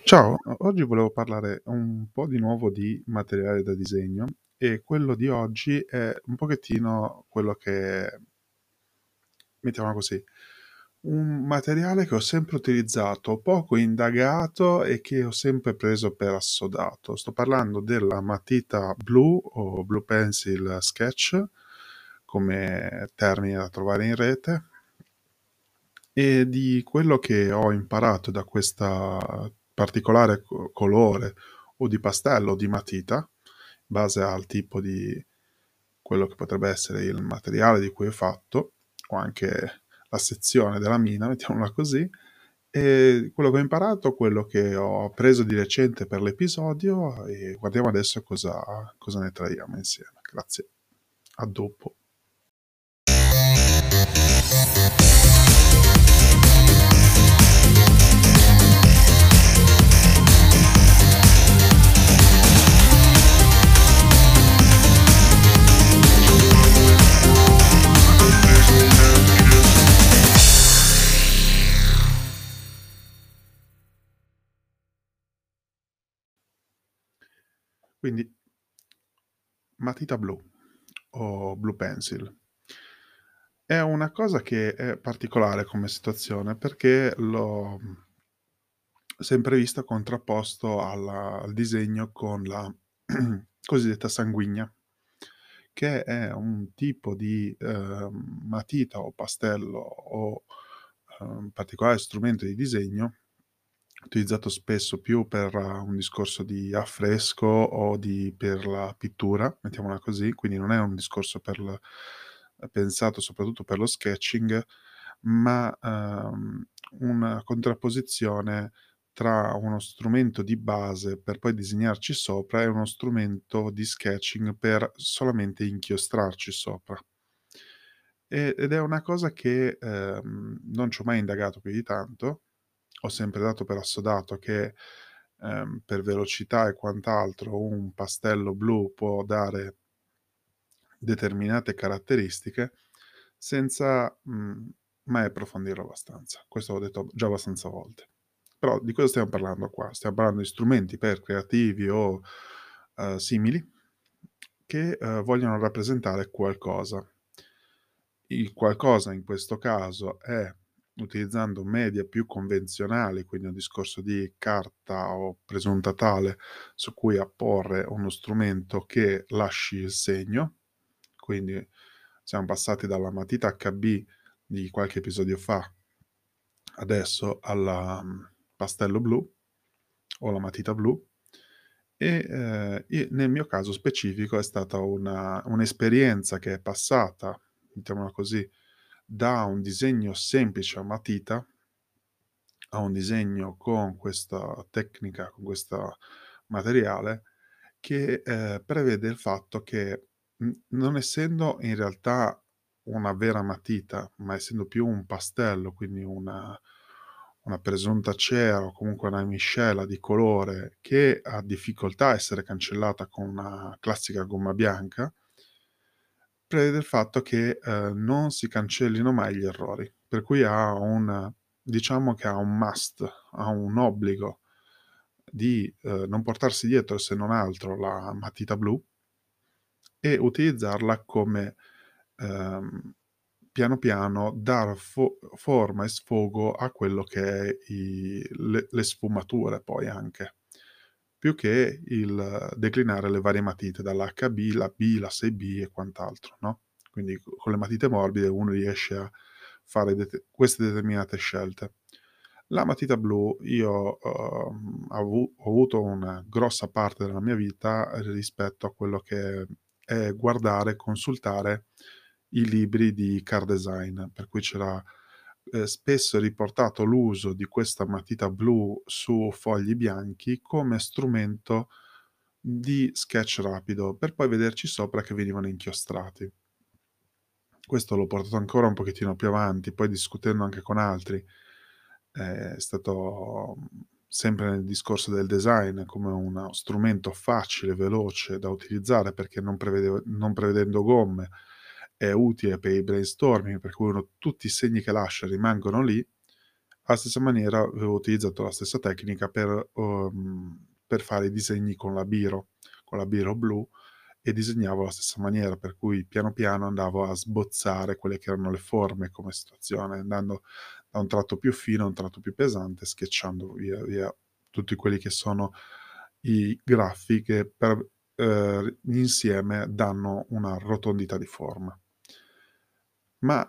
Ciao, oggi volevo parlare un po' di nuovo di materiale da disegno e quello di oggi è un pochettino quello che, mettiamola così, un materiale che ho sempre utilizzato, poco indagato e che ho sempre preso per assodato. Sto parlando della matita blu o Blue Pencil Sketch, come termine da trovare in rete, e di quello che ho imparato da questa particolare colore o di pastello o di matita, in base al tipo di quello che potrebbe essere il materiale di cui è fatto, o anche la sezione della mina, mettiamola così, e quello che ho imparato, quello che ho preso di recente per l'episodio e guardiamo adesso cosa ne traiamo insieme. Grazie, a dopo. Quindi matita blu o Blue Pencil. È una cosa che è particolare come situazione perché l'ho sempre vista contrapposto al disegno con la cosiddetta sanguigna, che è un tipo di, matita o pastello o, particolare strumento di disegno utilizzato spesso più per un discorso di affresco o per la pittura, mettiamola così, quindi non è un discorso pensato soprattutto per lo sketching, ma, una contrapposizione tra uno strumento di base per poi disegnarci sopra e uno strumento di sketching per solamente inchiostrarci sopra. Ed è una cosa che, non ci ho mai indagato più di tanto. Ho sempre dato per assodato che, per velocità e quant'altro un pastello blu può dare determinate caratteristiche senza, mai approfondirlo abbastanza. Questo l'ho detto già abbastanza volte. Però di cosa stiamo parlando qua? Stiamo parlando di strumenti per creativi o, simili che, vogliono rappresentare qualcosa. Il qualcosa in questo caso è utilizzando media più convenzionali, quindi un discorso di carta o presunta tale su cui apporre uno strumento che lasci il segno, quindi siamo passati dalla matita HB di qualche episodio fa, adesso alla pastello blu o la matita blu e, nel mio caso specifico è stata un'esperienza che è passata, mettiamola così, da un disegno semplice a matita a un disegno con questa tecnica, con questo materiale che, prevede il fatto che, non essendo in realtà una vera matita, ma essendo più un pastello, quindi una presunta cera o comunque una miscela di colore che ha difficoltà a essere cancellata con una classica gomma bianca, prevede il fatto che, non si cancellino mai gli errori, per cui ha un diciamo che ha un must, ha un obbligo di, non portarsi dietro se non altro la matita blu e utilizzarla come, ehm, piano piano dar forma e sfogo a quello che è le sfumature poi anche, più che il declinare le varie matite dall'HB, la B, la 6B e quant'altro, no, quindi con le matite morbide uno riesce a fare queste determinate scelte. La matita blu io, ho avuto una grossa parte della mia vita rispetto a quello che è guardare, consultare i libri di car design, per cui c'era, spesso riportato l'uso di questa matita blu su fogli bianchi come strumento di sketch rapido, per poi vederci sopra che venivano inchiostrati. Questo l'ho portato ancora un pochettino più avanti, poi discutendo anche con altri, è stato, sempre nel discorso del design, come uno strumento facile, veloce da utilizzare perché non prevedendo gomme, è utile per il brainstorming, per cui uno tutti i segni che lascia rimangono lì, Alla stessa maniera avevo utilizzato la stessa tecnica per fare i disegni con la biro blu, e disegnavo alla stessa maniera, per cui piano piano andavo a sbozzare quelle che erano le forme come situazione, andando da un tratto più fino a un tratto più pesante, schiacciando via via tutti quelli che sono i graffi che insieme danno una rotondità di forma. Ma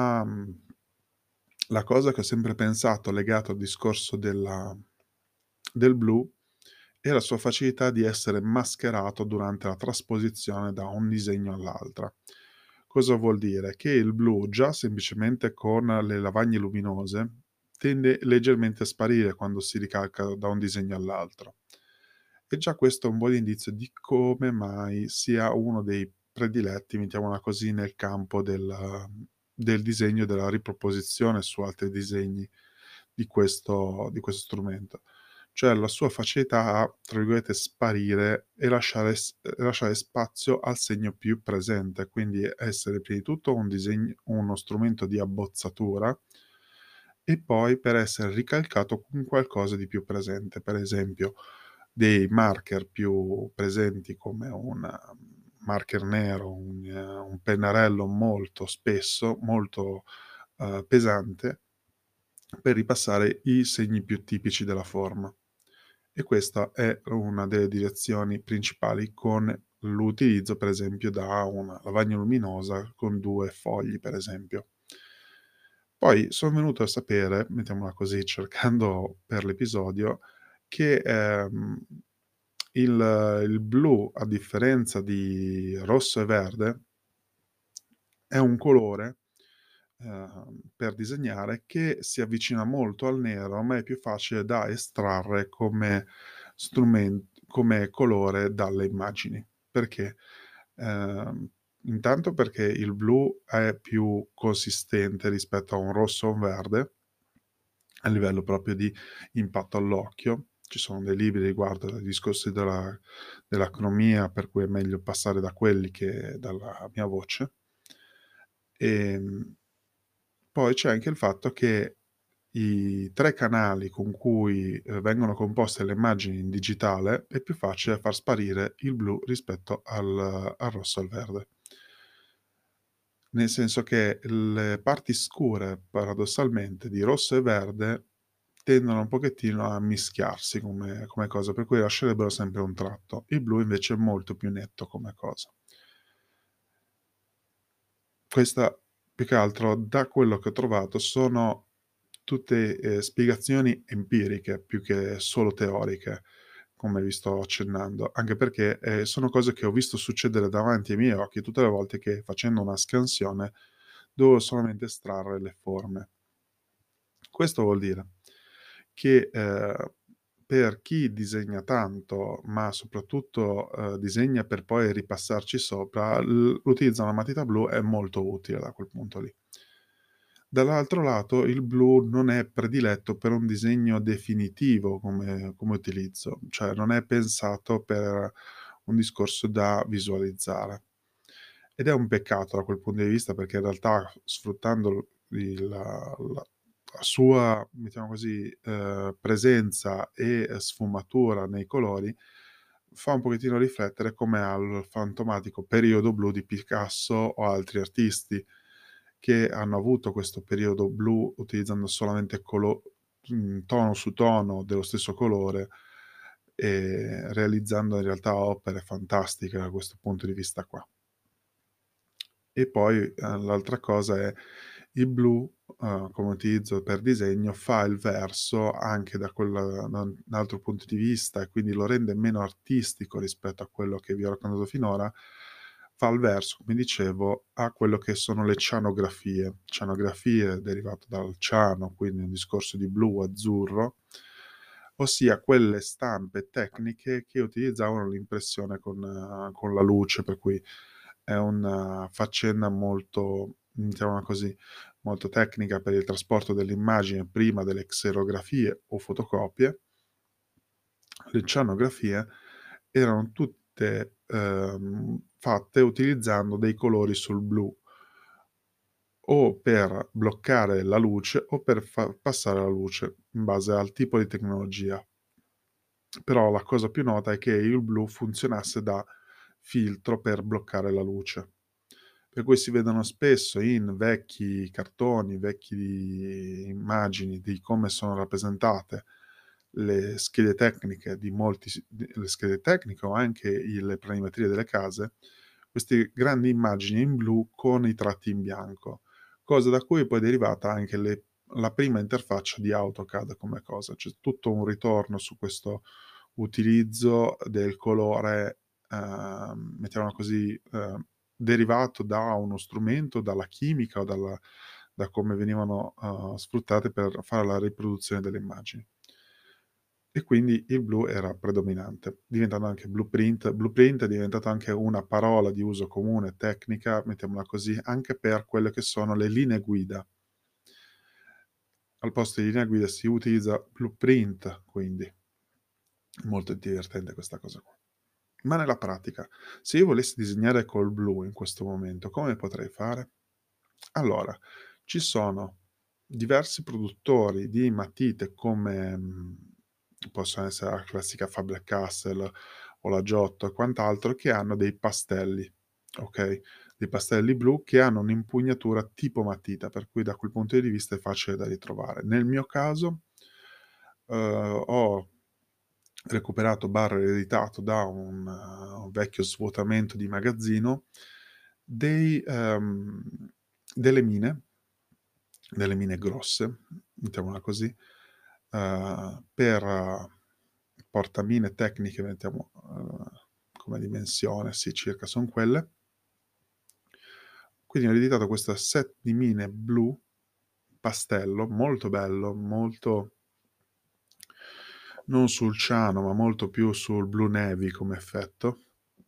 la cosa che ho sempre pensato legato al discorso del blu è la sua facilità di essere mascherato durante la trasposizione da un disegno all'altra. Cosa vuol dire? Che il blu già semplicemente con le lavagne luminose tende leggermente a sparire quando si ricalca da un disegno all'altro. E già questo è un buon indizio di come mai sia uno dei prediletti, mettiamola così, nel campo del disegno e della riproposizione su altri disegni di questo strumento. Cioè la sua facilità a, tra virgolette, "sparire" e lasciare spazio al segno più presente, quindi essere prima di tutto uno strumento di abbozzatura e poi per essere ricalcato con qualcosa di più presente. Per esempio, dei marker più presenti come un marker nero, un pennarello molto spesso, molto, pesante, per ripassare i segni più tipici della forma. E questa è una delle direzioni principali con l'utilizzo, per esempio, da una lavagna luminosa con 2 fogli, per esempio. Poi son venuto a sapere, mettiamola così, cercando per l'episodio, che, il blu, a differenza di rosso e verde, è un colore, per disegnare che si avvicina molto al nero, ma è più facile da estrarre come colore dalle immagini. Perché? Ehm, Intanto perché il blu è più consistente rispetto a un rosso o un verde, a livello proprio di impatto all'occhio. Ci sono dei libri riguardo ai discorsi dell'acromia, per cui è meglio passare da quelli che dalla mia voce. Ehm Poi c'è anche il fatto che i 3 canali con cui, vengono composte le immagini in digitale, è più facile far sparire il blu rispetto al rosso e al verde. Nel senso che le parti scure, paradossalmente, di rosso e verde tendono un pochettino a mischiarsi come cosa, per cui lascerebbero sempre un tratto. Il blu invece è molto più netto come cosa. Questa più che altro, da quello che ho trovato, sono tutte, spiegazioni empiriche più che solo teoriche, come vi sto accennando, anche perché, sono cose che ho visto succedere davanti ai miei occhi tutte le volte che, facendo una scansione, dovevo solamente estrarre le forme. Questo vuol dire che, per chi disegna tanto, ma soprattutto, disegna per poi ripassarci sopra, l'utilizzo della matita blu è molto utile da quel punto lì. Dall'altro lato il blu non è prediletto per un disegno definitivo come utilizzo, cioè non è pensato per un discorso da visualizzare. Ed è un peccato da quel punto di vista, perché in realtà sfruttando la sua, mettiamo così, presenza e sfumatura nei colori, fa un pochettino riflettere come al fantomatico periodo blu di Picasso o altri artisti, che hanno avuto questo periodo blu utilizzando solamente tono su tono dello stesso colore, realizzando in realtà opere fantastiche da questo punto di vista qua. E poi, l'altra cosa è il blu, come utilizzo per disegno, fa il verso anche da un altro punto di vista, e quindi lo rende meno artistico rispetto a quello che vi ho raccontato finora. Fa il verso, come dicevo, a quello che sono le cianografie. Cianografie derivato dal ciano, quindi un discorso di blu, azzurro, ossia quelle stampe tecniche che utilizzavano l'impressione con la luce, per cui è una faccenda molto, mettiamola così, molto tecnica per il trasporto dell'immagine prima delle xerografie o fotocopie. Le cianografie erano tutte, fatte utilizzando dei colori sul blu, o per bloccare la luce o per far passare la luce, in base al tipo di tecnologia. Però la cosa più nota è che il blu funzionasse da filtro per bloccare la luce. Per cui si vedono spesso in vecchi cartoni, vecchi immagini di come sono rappresentate le schede tecniche di molti le schede tecniche o anche le planimetrie delle case, queste grandi immagini in blu con i tratti in bianco, cosa da cui poi è derivata anche la prima interfaccia di AutoCAD come cosa. C'è tutto un ritorno su questo utilizzo del colore, mettiamola così, derivato da uno strumento, dalla chimica o da come venivano, sfruttate per fare la riproduzione delle immagini. E quindi il blu era predominante, diventando anche blueprint. Blueprint è diventato anche una parola di uso comune, tecnica, mettiamola così, anche per quelle che sono le linee guida. Al posto di linea guida si utilizza blueprint, quindi molto divertente questa cosa qua. Ma nella pratica, se io volessi disegnare col blu in questo momento, come potrei fare? Allora, ci sono diversi produttori di matite come, possono essere la classica Faber-Castell o la Giotto e quant'altro, che hanno dei pastelli, okay, dei pastelli blu che hanno un'impugnatura tipo matita, per cui da quel punto di vista è facile da ritrovare. Nel mio caso, ho ereditato da un vecchio svuotamento di magazzino dei delle mine grosse, mettiamola così, per portamine tecniche, mettiamo, come dimensione, sì, circa son quelle. Quindi ho ereditato questa set di mine blu pastello, molto bello, molto non sul ciano, ma molto più sul blu navy come effetto.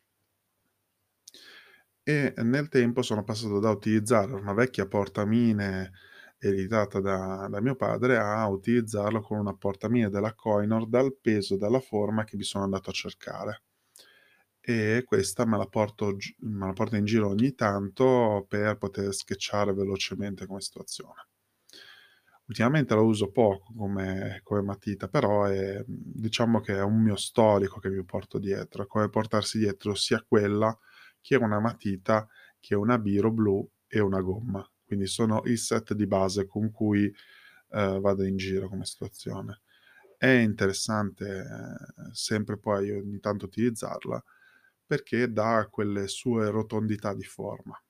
E nel tempo sono passato da utilizzare una vecchia portamine ereditata da mio padre, a utilizzarlo con una portamine della Koinor dal peso e dalla forma che mi sono andato a cercare. E questa me la porto in giro ogni tanto per poter sketchare velocemente come situazione. Ultimamente la uso poco come matita, però diciamo che è un mio storico che mi porto dietro. È come portarsi dietro sia quella che una matita, che una biro blu e una gomma. Quindi sono il set di base con cui, vado in giro come situazione. È interessante, sempre poi ogni tanto utilizzarla, perché dà quelle sue rotondità di forma.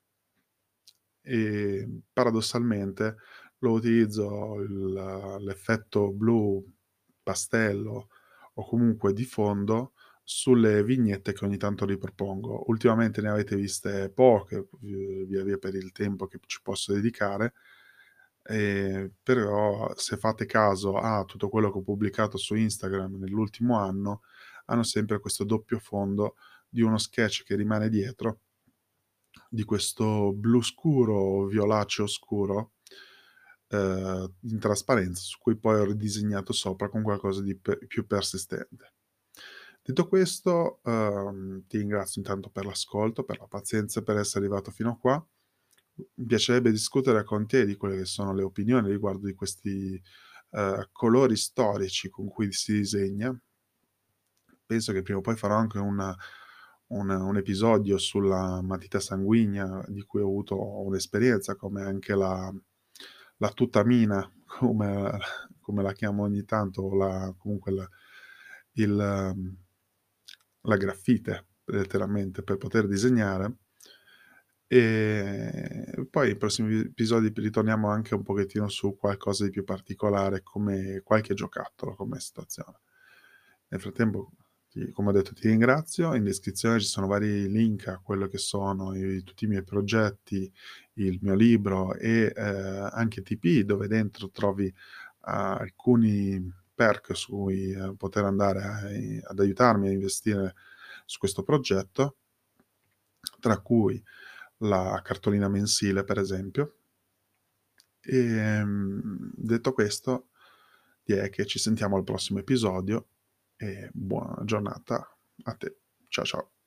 Paradossalmente lo utilizzo l'effetto blu pastello o comunque di fondo sulle vignette che ogni tanto ripropongo. Ultimamente ne avete viste poche, via via per il tempo che ci posso dedicare, però se fate caso a tutto quello che ho pubblicato su Instagram nell'ultimo anno, hanno sempre questo doppio fondo di uno sketch che rimane dietro di questo blu scuro o violaceo scuro, in trasparenza, su cui poi ho ridisegnato sopra con qualcosa di più persistente. Detto questo, ti ringrazio intanto per l'ascolto, per la pazienza e per essere arrivato fino a qua. Mi piacerebbe discutere con te di quelle che sono le opinioni riguardo di questi, colori storici con cui si disegna. Penso che prima o poi farò anche un episodio sulla matita sanguigna di cui ho avuto un'esperienza, come anche la tutamina, come la chiamo ogni tanto, o comunque il la graffite letteralmente per poter disegnare. Poi nei prossimi episodi ritorniamo anche un pochettino su qualcosa di più particolare, come qualche giocattolo, come situazione. Nel frattempo come ho detto ti ringrazio, in descrizione ci sono vari link a quello che sono tutti i miei progetti, il mio libro e, anche TP, dove dentro trovi alcuni perk su cui, poter andare ad aiutarmi a investire su questo progetto, tra cui la cartolina mensile per esempio. Detto questo, direi che ci sentiamo al prossimo episodio e buona giornata a te. Ciao, ciao.